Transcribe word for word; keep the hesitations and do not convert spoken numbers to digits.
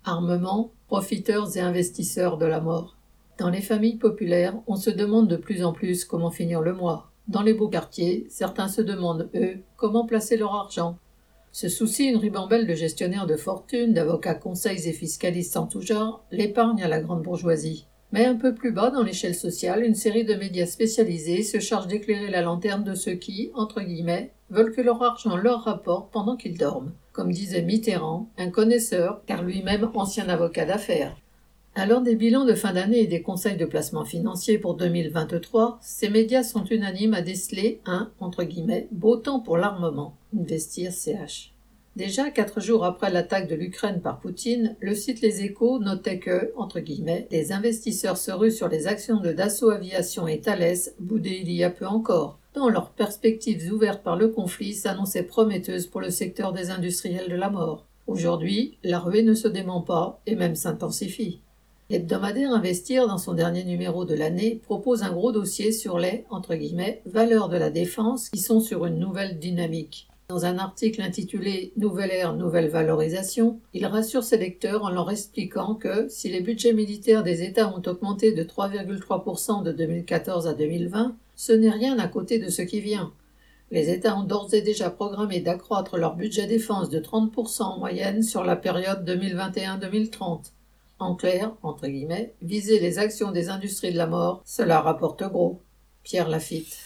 Armement, profiteurs et investisseurs de la mort. Dans les familles populaires, on se demande de plus en plus comment finir le mois. Dans les beaux quartiers, certains se demandent, eux, comment placer leur argent. Se soucie une ribambelle de gestionnaires de fortune, d'avocats conseils et fiscalistes en tout genre, l'épargne à la grande bourgeoisie. Mais un peu plus bas dans l'échelle sociale, une série de médias spécialisés se charge d'éclairer la lanterne de ceux qui, entre guillemets, veulent que leur argent leur rapporte pendant qu'ils dorment. Comme disait Mitterrand, un connaisseur, car lui-même ancien avocat d'affaires. À l'heure des bilans de fin d'année et des conseils de placement financier pour deux mille vingt-trois, ces médias sont unanimes à déceler un, entre guillemets, beau temps pour l'armement, Investir C H. Déjà, quatre jours après l'attaque de l'Ukraine par Poutine, le site Les Échos notait que, entre guillemets, les investisseurs se ruent sur les actions de Dassault Aviation et Thales, boudées il y a peu encore, dont leurs perspectives ouvertes par le conflit s'annonçaient prometteuses pour le secteur des industriels de la mort. Aujourd'hui, la ruée ne se dément pas, et même s'intensifie. L'hebdomadaire Investir, dans son dernier numéro de l'année, propose un gros dossier sur les, entre guillemets, valeurs de la défense qui sont sur une nouvelle dynamique. Dans un article intitulé « Nouvelle ère, nouvelle valorisation », il rassure ses lecteurs en leur expliquant que, si les budgets militaires des États ont augmenté de trois virgule trois pour cent de deux mille quatorze à deux mille vingt, ce n'est rien à côté de ce qui vient. Les États ont d'ores et déjà programmé d'accroître leur budget défense de trente pour cent en moyenne sur la période deux mille vingt et un à deux mille trente. En clair, entre guillemets, viser les actions des industries de la mort, cela rapporte gros. Pierre Lafitte.